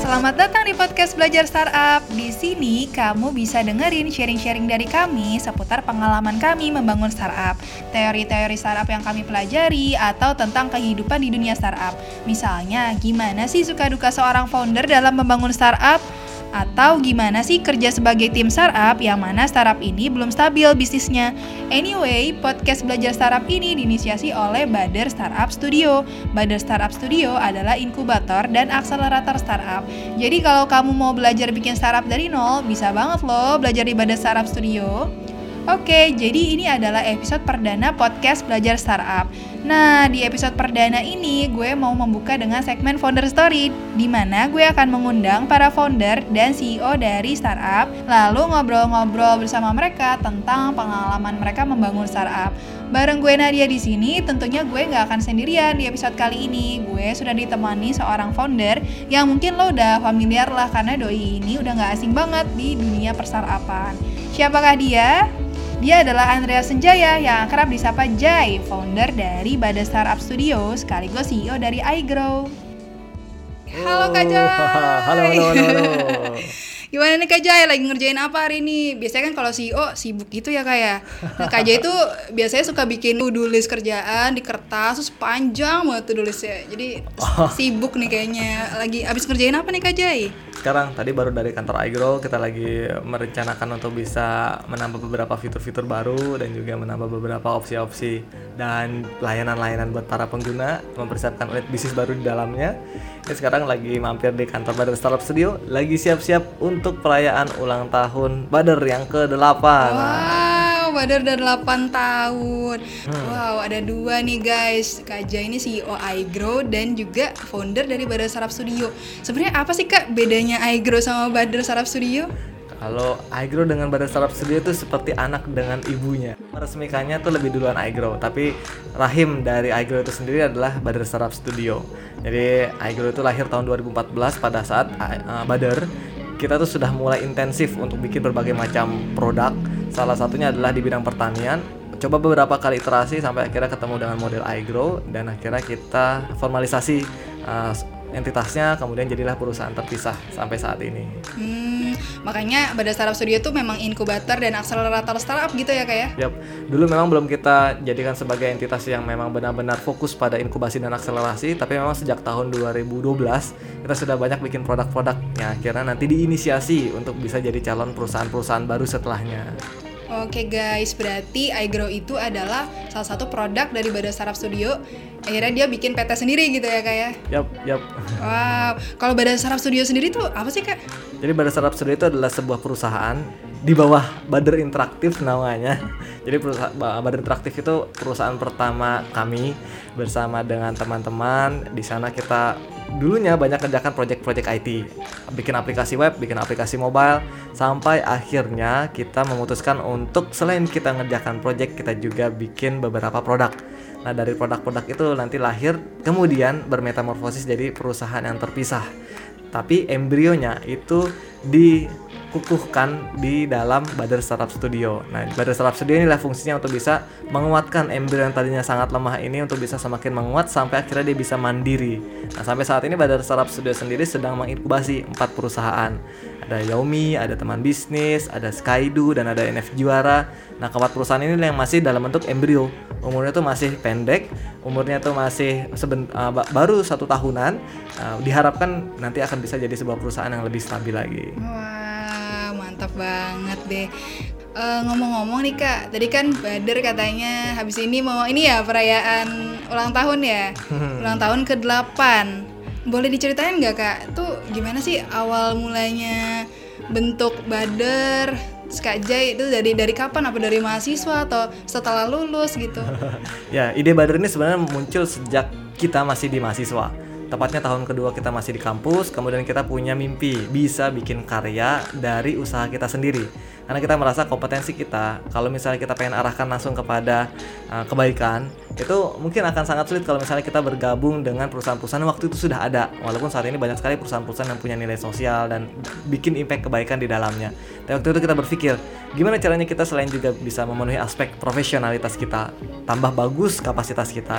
selamat datang di podcast Belajar Startup. Di sini kamu bisa dengerin sharing-sharing dari kami seputar pengalaman kami membangun startup, teori-teori startup yang kami pelajari, atau tentang kehidupan di dunia startup. Misalnya, gimana sih suka duka seorang founder dalam membangun startup? Atau gimana sih kerja sebagai tim startup yang mana startup ini belum stabil bisnisnya. Anyway, podcast Belajar Startup ini diinisiasi oleh Bader Startup Studio. Bader Startup Studio adalah inkubator dan akselerator startup. Jadi kalau kamu mau belajar bikin startup dari nol, bisa banget loh belajar di Bader Startup Studio. Oke, jadi ini adalah episode perdana podcast Belajar Startup. Nah, di episode perdana ini gue mau membuka dengan segmen Founder Story, di mana gue akan mengundang para founder dan CEO dari startup, lalu ngobrol-ngobrol bersama mereka tentang pengalaman mereka membangun startup. Bareng gue Nadia di sini, tentunya gue nggak akan sendirian di episode kali ini. Gue sudah ditemani seorang founder yang mungkin lo udah familiar lah, karena doi ini udah nggak asing banget di dunia perstartupan. Siapakah dia? Dia adalah Andreas Senjaya yang akrab disapa Jai, founder dari Bader Startup Studio sekaligus CEO dari iGrow. Halo Kak Jai. Halo. Gimana nih Kak Jai, lagi ngerjain apa hari ini? Biasanya kan kalau CEO sibuk gitu ya Kak ya. Nah Kak Jai itu biasanya suka bikin to-do list kerjaan di kertas, terus panjang banget to-do listnya. Jadi sibuk nih kayaknya. Lagi abis ngerjain apa nih Kak Jai? Sekarang tadi baru dari kantor iGrow, kita lagi merencanakan untuk bisa menambah beberapa fitur-fitur baru dan juga menambah beberapa opsi-opsi dan layanan-layanan buat para pengguna, mempersiapkan unit bisnis baru di dalamnya. Ini sekarang lagi mampir di kantor Bader Startup Studio, lagi siap-siap untuk perayaan ulang tahun Bader yang ke-8. Wow, Bader udah 8 tahun. Wow, ada 2 nih guys. Kak Jai ini CEO iGrow dan juga founder dari Bader Startup Studio. Sebenarnya apa sih Kak bedanya iGrow sama Bader Startup Studio? Kalau iGrow dengan Bader Startup Studio itu seperti anak dengan ibunya. Meresmikannya tuh lebih duluan iGrow, tapi rahim dari iGrow itu sendiri adalah Bader Startup Studio. Jadi iGrow itu lahir tahun 2014 pada saat Bader kita tuh sudah mulai intensif untuk bikin berbagai macam produk. Salah satunya adalah di bidang pertanian. Coba beberapa kali iterasi sampai akhirnya ketemu dengan model iGrow dan akhirnya kita formalisasi entitasnya, kemudian jadilah perusahaan terpisah sampai saat ini. Makanya Bader Startup Studio itu memang inkubator dan akselerator startup gitu ya Kak ya? Yap, dulu memang belum kita jadikan sebagai entitas yang memang benar-benar fokus pada inkubasi dan akselerasi, tapi memang sejak tahun 2012 kita sudah banyak bikin produk-produk yang akhirnya nanti diinisiasi untuk bisa jadi calon perusahaan-perusahaan baru setelahnya. Oke guys, berarti iGrow itu adalah salah satu produk dari Bader Startup Studio. Akhirnya dia bikin PT sendiri gitu ya Kak ya? Yap. Wow, kalau Bader Startup Studio sendiri tuh apa sih Kak? Jadi Bader Startup Studio itu adalah sebuah perusahaan di bawah Bader Interaktif namanya. Jadi Bader Interaktif itu perusahaan pertama kami bersama dengan teman-teman. Di sana kita dulunya banyak kerjakan proyek-proyek IT, bikin aplikasi web, bikin aplikasi mobile, sampai akhirnya kita memutuskan untuk selain kita ngerjakan proyek, kita juga bikin beberapa produk. Nah dari produk-produk itu nanti lahir kemudian bermetamorfosis jadi perusahaan yang terpisah. Tapi embrionya itu dikukuhkan di dalam Bader Startup Studio. Nah, Bader Startup Studio inilah fungsinya untuk bisa menguatkan embrio yang tadinya sangat lemah ini untuk bisa semakin menguat sampai akhirnya dia bisa mandiri. Nah, sampai saat ini Bader Startup Studio sendiri sedang menginkubasi 4 perusahaan. Ada Yaomi, ada Teman Bisnis, ada Skydu, dan ada NF Juara. Nah, keempat perusahaan ini yang masih dalam bentuk embrio. Umurnya tuh masih pendek, umurnya tuh masih baru 1 tahunan. Diharapkan nanti akan bisa jadi sebuah perusahaan yang lebih stabil lagi. Wah, mantap banget deh. Ngomong-ngomong nih Kak, tadi kan Bader katanya habis ini mau perayaan ulang tahun ya? Ulang tahun ke-8. Boleh diceritain nggak Kak, tuh gimana sih awal mulanya bentuk Bader? Kak Jai itu dari kapan? Apa dari mahasiswa atau setelah lulus gitu? Ya, ide Bader ini sebenarnya muncul sejak kita masih di mahasiswa. Tepatnya tahun kedua kita masih di kampus, kemudian kita punya mimpi bisa bikin karya dari usaha kita sendiri. Karena kita merasa kompetensi kita, kalau misalnya kita pengen arahkan langsung kepada kebaikan, itu mungkin akan sangat sulit kalau misalnya kita bergabung dengan perusahaan-perusahaan yang waktu itu sudah ada. Walaupun saat ini banyak sekali perusahaan-perusahaan yang punya nilai sosial dan bikin impact kebaikan di dalamnya. Dan waktu itu kita berpikir, gimana caranya kita selain juga bisa memenuhi aspek profesionalitas kita, tambah bagus kapasitas kita,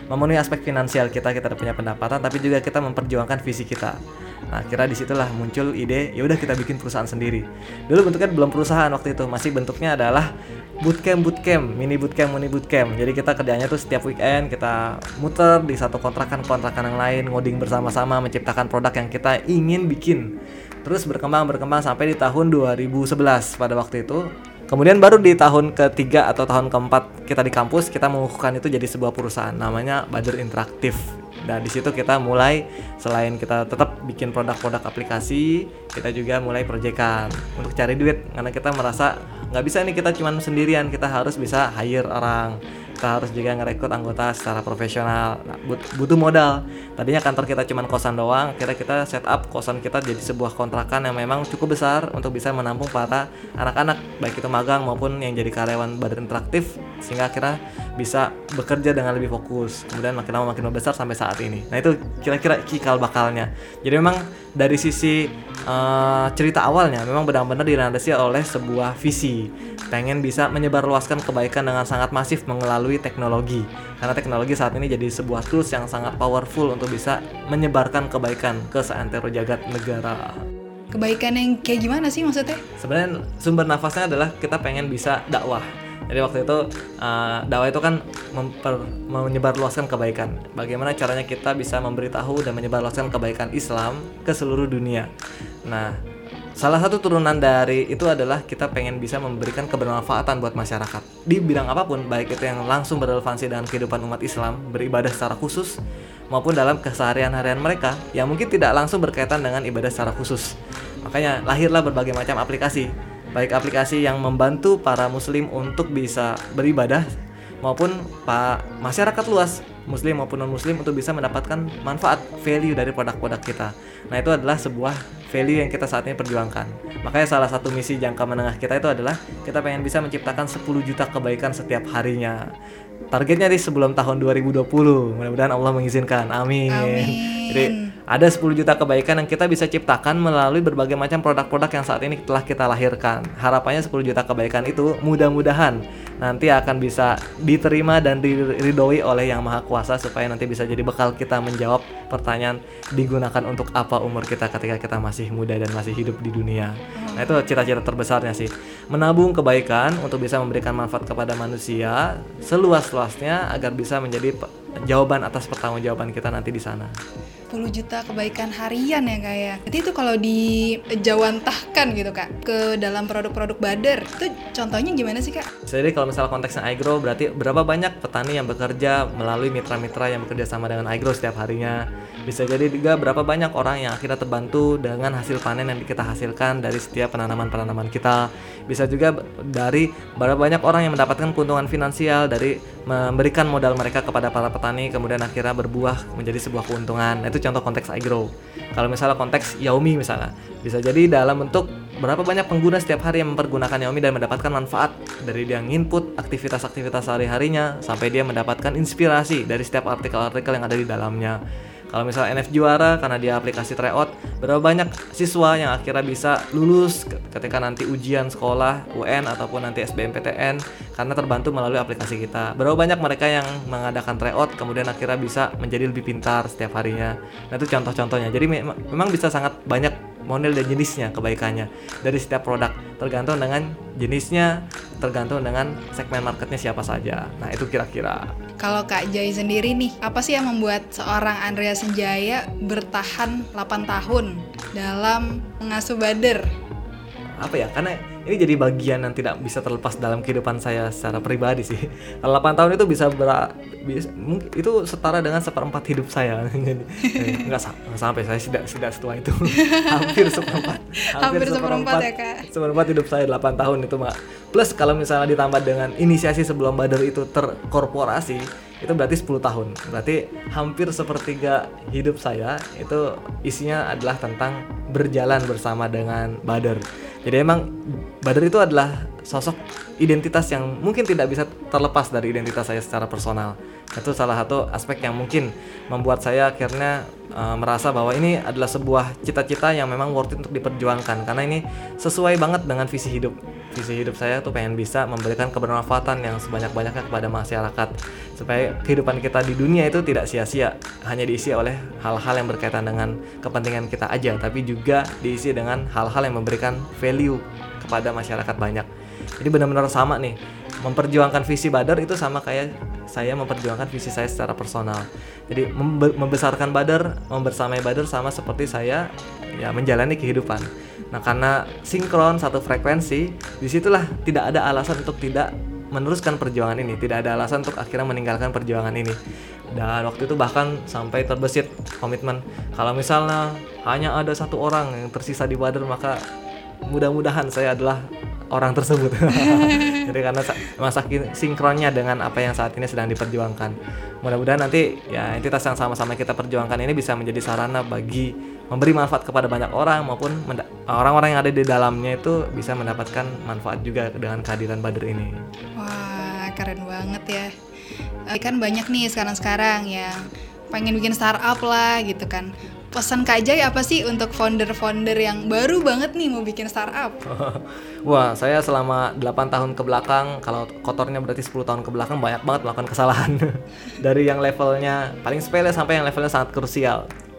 memenuhi aspek finansial kita punya pendapatan, tapi juga kita memperjuangkan visi kita. Nah, kira disitulah muncul ide, ya udah kita bikin perusahaan sendiri. Dulu bentuknya belum perusahaan waktu itu, masih bentuknya adalah bootcamp, mini bootcamp. Jadi kita kerjanya tuh setiap weekend kita muter di satu kontrakan yang lain, ngoding bersama-sama, menciptakan produk yang kita ingin bikin. Terus berkembang sampai di tahun 2011 pada waktu itu. Kemudian baru di tahun ketiga atau tahun keempat kita di kampus, kita mengukuhkan itu jadi sebuah perusahaan namanya Bader Interaktif. Dan di situ kita mulai, selain kita tetap bikin produk-produk aplikasi, kita juga mulai proyekan untuk cari duit, karena kita merasa nggak bisa nih kita cuma sendirian, kita harus bisa hire orang, kita harus juga ngerekrut anggota secara profesional. Nah, butuh modal. Tadinya kantor kita cuma kosan doang, akhirnya kita set up kosan kita jadi sebuah kontrakan yang memang cukup besar untuk bisa menampung para anak-anak, baik itu magang maupun yang jadi karyawan Bader Interaktif, sehingga akhirnya bisa bekerja dengan lebih fokus. Kemudian makin lama makin besar sampai saat ini. Nah, itu kira-kira cikal bakalnya. Jadi memang dari sisi cerita awalnya memang benar-benar dilandasi oleh sebuah visi, pengen bisa menyebarluaskan kebaikan dengan sangat masif melalui teknologi, karena teknologi saat ini jadi sebuah tools yang sangat powerful untuk bisa menyebarkan kebaikan ke seantero jagat negara. Kebaikan yang kayak gimana sih maksudnya? Sebenarnya sumber nafasnya adalah kita pengen bisa dakwah. Jadi waktu itu dakwah itu kan menyebarluaskan kebaikan. Bagaimana caranya kita bisa memberitahu dan menyebarluaskan kebaikan Islam ke seluruh dunia. Nah, salah satu turunan dari itu adalah kita pengen bisa memberikan kebermanfaatan buat masyarakat di bidang apapun, baik itu yang langsung berrelevansi dengan kehidupan umat Islam, beribadah secara khusus, maupun dalam keseharian-harian mereka yang mungkin tidak langsung berkaitan dengan ibadah secara khusus. Makanya lahirlah berbagai macam aplikasi, baik aplikasi yang membantu para muslim untuk bisa beribadah, maupun masyarakat luas, muslim maupun non-muslim, untuk bisa mendapatkan manfaat, value dari produk-produk kita. Nah, itu adalah sebuah value yang kita saat ini perjuangkan. Makanya salah satu misi jangka menengah kita itu adalah kita pengen bisa menciptakan 10 juta kebaikan setiap harinya. Targetnya di sebelum tahun 2020. Mudah-mudahan Allah mengizinkan. Amin. Jadi ada 10 juta kebaikan yang kita bisa ciptakan melalui berbagai macam produk-produk yang saat ini telah kita lahirkan. Harapannya 10 juta kebaikan itu mudah-mudahan nanti akan bisa diterima dan diridhoi oleh Yang Maha Kuasa, supaya nanti bisa jadi bekal kita menjawab pertanyaan, digunakan untuk apa umur kita ketika kita masih muda dan masih hidup di dunia. Nah, itu cita-cita terbesarnya sih, menabung kebaikan untuk bisa memberikan manfaat kepada manusia seluas-luasnya agar bisa menjadi jawaban atas pertanggungjawaban kita nanti di sana. 10 juta kebaikan harian ya Kak ya. Jadi itu kalau dijawantahkan gitu Kak ke dalam produk-produk Bader, itu contohnya gimana sih Kak? Jadi kalau misalnya konteksnya iGrow, berarti berapa banyak petani yang bekerja melalui mitra-mitra yang bekerja sama dengan iGrow setiap harinya. Bisa jadi juga berapa banyak orang yang akhirnya terbantu dengan hasil panen yang kita hasilkan dari setiap penanaman kita. Bisa juga dari berapa banyak orang yang mendapatkan keuntungan finansial dari memberikan modal mereka kepada para petani, kemudian akhirnya berbuah menjadi sebuah keuntungan. Nah, itu contoh konteks iGrow. Kalau misalnya konteks Yaomi misalnya, bisa jadi dalam bentuk berapa banyak pengguna setiap hari yang mempergunakan Yaomi dan mendapatkan manfaat dari dia input aktivitas-aktivitas sehari-harinya sampai dia mendapatkan inspirasi dari setiap artikel-artikel yang ada di dalamnya. Kalau misalnya NF Juara, karena dia aplikasi tryout, berapa banyak siswa yang akhirnya bisa lulus ketika nanti ujian sekolah, UN ataupun nanti SBMPTN, karena terbantu melalui aplikasi kita. Berapa banyak mereka yang mengadakan tryout kemudian akhirnya bisa menjadi lebih pintar setiap harinya. Nah, itu contoh-contohnya. Jadi memang bisa sangat banyak model dan jenisnya kebaikannya dari setiap produk, tergantung dengan jenisnya, tergantung dengan segmen marketnya siapa saja. Nah, itu kira-kira. Kalau Kak Jai sendiri nih, apa sih yang membuat seorang Andrea Senjaya bertahan 8 tahun dalam mengasuh Bader? Apa ya, karena ini jadi bagian yang tidak bisa terlepas dalam kehidupan saya secara pribadi sih. Kalau 8 tahun itu bisa mungkin itu setara dengan 1/4 hidup saya. Nggak sampai, saya tidak setua itu. hampir 1/4 ya Kak. 1/4 hidup saya 8 tahun itu Mak. Plus kalau misalnya ditambah dengan inisiasi sebelum Bader itu terkorporasi, itu berarti 10 tahun. Berarti hampir 1/3 hidup saya itu isinya adalah tentang berjalan bersama dengan Bader. Jadi emang Bader itu adalah sosok identitas yang mungkin tidak bisa terlepas dari identitas saya secara personal. Itu salah satu aspek yang mungkin membuat saya akhirnya merasa bahwa ini adalah sebuah cita-cita yang memang worth it untuk diperjuangkan, karena ini sesuai banget dengan visi hidup. Visi hidup saya tuh pengen bisa memberikan kebermanfaatan yang sebanyak-banyaknya kepada masyarakat, supaya kehidupan kita di dunia itu tidak sia-sia hanya diisi oleh hal-hal yang berkaitan dengan kepentingan kita aja, tapi juga diisi dengan hal-hal yang memberikan value kepada masyarakat banyak. Jadi benar-benar sama nih, memperjuangkan visi Badar itu sama kayak saya memperjuangkan visi saya secara personal. Jadi membesarkan Badar, membersamai Badar sama seperti saya ya menjalani kehidupan. Nah, karena sinkron satu frekuensi, disitulah tidak ada alasan untuk tidak meneruskan perjuangan ini, tidak ada alasan untuk akhirnya meninggalkan perjuangan ini. Dan waktu itu bahkan sampai terbesit komitmen, kalau misalnya hanya ada satu orang yang tersisa di Badar, maka mudah-mudahan saya adalah orang tersebut. Jadi karena masa sinkronnya dengan apa yang saat ini sedang diperjuangkan. Mudah-mudahan nanti ya entitas yang sama-sama kita perjuangkan ini bisa menjadi sarana bagi memberi manfaat kepada banyak orang, maupun orang-orang yang ada di dalamnya itu bisa mendapatkan manfaat juga dengan kehadiran Badar ini. Wah, keren banget ya. Kan banyak nih sekarang yang pengen bikin startup lah gitu kan. Pesan Kak Jai apa sih untuk founder-founder yang baru banget nih mau bikin startup? Wah, saya selama 8 tahun ke belakang, kalau kotornya berarti 10 tahun ke belakang, banyak banget melakukan kesalahan. Dari yang levelnya paling sepele sampai yang levelnya sangat krusial.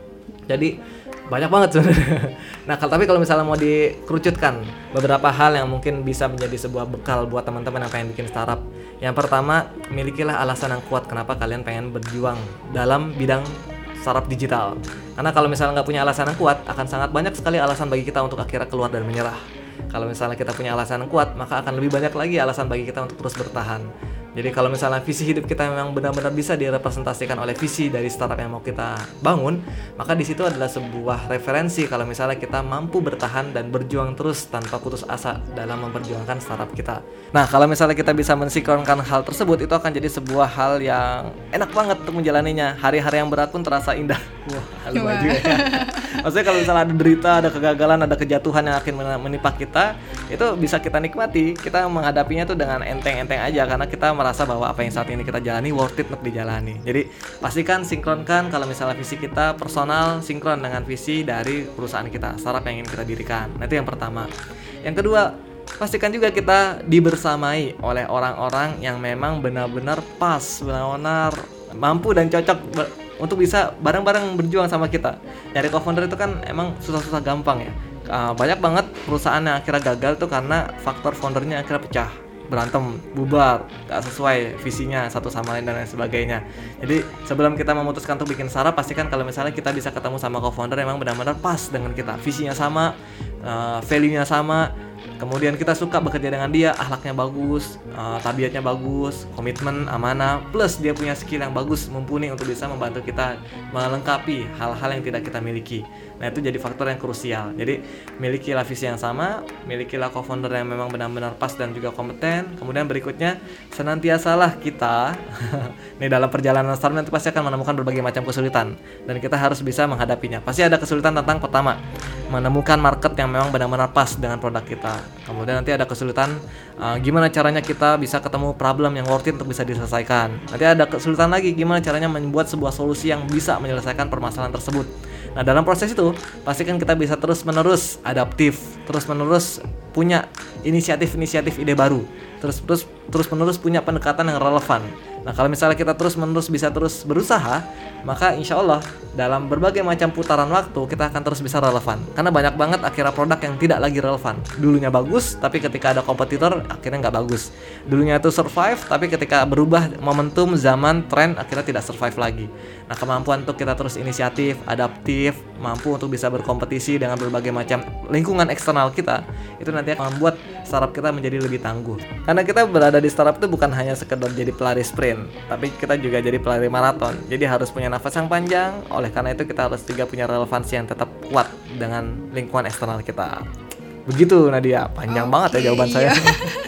Jadi banyak banget sebenarnya. Nah, tapi kalau misalnya mau dikerucutkan beberapa hal yang mungkin bisa menjadi sebuah bekal buat teman-teman yang pengen bikin startup. Yang pertama, milikilah alasan yang kuat kenapa kalian pengen berjuang dalam bidang startup digital. Karena kalau misalnya nggak punya alasan yang kuat, akan sangat banyak sekali alasan bagi kita untuk akhirnya keluar dan menyerah. Kalau misalnya kita punya alasan yang kuat, maka akan lebih banyak lagi alasan bagi kita untuk terus bertahan. Jadi kalau misalnya visi hidup kita memang benar-benar bisa direpresentasikan oleh visi dari startup yang mau kita bangun, maka di situ adalah sebuah referensi kalau misalnya kita mampu bertahan dan berjuang terus tanpa putus asa dalam memperjuangkan startup kita. Nah, kalau misalnya kita bisa mensinkronkan hal tersebut, itu akan jadi sebuah hal yang enak banget untuk menjalaninya. Hari-hari yang berat pun terasa indah. Wah, lumayan juga ya. Maksudnya kalau misalnya ada derita, ada kegagalan, ada kejatuhan yang akan menimpa kita, itu bisa kita nikmati. Kita menghadapinya tuh dengan enteng-enteng aja, karena kita merasa bahwa apa yang saat ini kita jalani worth it untuk dijalani. Jadi pastikan sinkronkan kalau misalnya visi kita personal sinkron dengan visi dari perusahaan kita, startup yang ingin kita dirikan. Nah, itu yang pertama. Yang kedua, pastikan juga kita dibersamai oleh orang-orang yang memang benar-benar pas, benar-benar mampu dan cocok untuk bisa bareng-bareng berjuang sama kita. Nyari co-founder itu kan emang susah-susah gampang ya. Banyak banget perusahaan yang akhirnya gagal tuh karena faktor foundernya akhirnya pecah, berantem, bubar, gak sesuai visinya satu sama lain dan lain sebagainya. Jadi sebelum kita memutuskan untuk bikin startup, pastikan kalau misalnya kita bisa ketemu sama co-founder yang memang benar-benar pas dengan kita, visinya sama, value-nya sama, kemudian kita suka bekerja dengan dia, akhlaknya bagus, tabiatnya bagus, komitmen, amanah, plus dia punya skill yang bagus, mumpuni untuk bisa membantu kita melengkapi hal-hal yang tidak kita miliki. Nah, itu jadi faktor yang krusial. Jadi milikilah visi yang sama, milikilah co-founder yang memang benar-benar pas dan juga kompeten. Kemudian berikutnya, senantiasalah kita nih dalam perjalanan startup nanti pasti akan menemukan berbagai macam kesulitan, dan kita harus bisa menghadapinya. Pasti ada kesulitan tentang pertama, menemukan market yang memang benar-benar pas dengan produk kita. Kemudian nanti ada kesulitan gimana caranya kita bisa ketemu problem yang worth it untuk bisa diselesaikan. Nanti ada kesulitan lagi, gimana caranya membuat sebuah solusi yang bisa menyelesaikan permasalahan tersebut. Nah, dalam proses itu pastikan kita bisa terus-menerus adaptif, terus-menerus punya inisiatif-inisiatif ide baru, terus-menerus punya pendekatan yang relevan. Nah, kalau misalnya kita terus-menerus bisa terus berusaha, maka insya Allah dalam berbagai macam putaran waktu kita akan terus bisa relevan. Karena banyak banget akhirnya produk yang tidak lagi relevan. Dulunya bagus, tapi ketika ada kompetitor akhirnya nggak bagus. Dulunya itu survive, tapi ketika berubah momentum, zaman, tren, akhirnya tidak survive lagi. Nah, kemampuan untuk kita terus inisiatif, adaptif, mampu untuk bisa berkompetisi dengan berbagai macam lingkungan eksternal kita, itu nanti akan membuat startup kita menjadi lebih tangguh. Karena kita berada di startup itu bukan hanya sekedar jadi pelari sprint, tapi kita juga jadi pelari maraton. Jadi harus punya nafas yang panjang. Oleh karena itu kita harus juga punya relevansi yang tetap kuat dengan lingkungan eksternal kita. Begitu Nadia, panjang banget ya jawaban saya.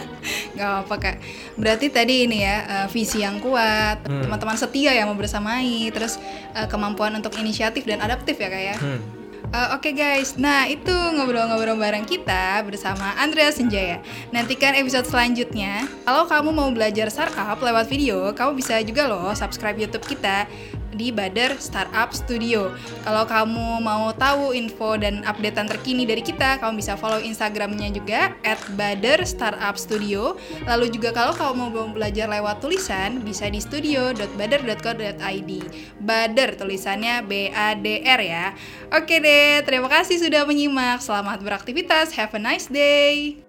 Gak apa-apa Kak. Berarti tadi ini ya, visi yang kuat, teman-teman setia yang mau bersamai, terus kemampuan untuk inisiatif dan adaptif ya Kak ya. Oke guys, nah itu ngobrol-ngobrol bareng kita bersama Andrea Senjaya. Nantikan episode selanjutnya. Kalau kamu mau belajar startup lewat video, kamu bisa juga loh subscribe YouTube kita di Bader Startup Studio. Kalau kamu mau tahu info dan updatean terkini dari kita, kamu bisa follow Instagramnya juga @baderstartupstudio. Lalu juga kalau kamu mau belajar lewat tulisan, bisa di studio.bader.co.id. Bader tulisannya BADR ya. Oke deh, terima kasih sudah menyimak. Selamat beraktivitas. Have a nice day.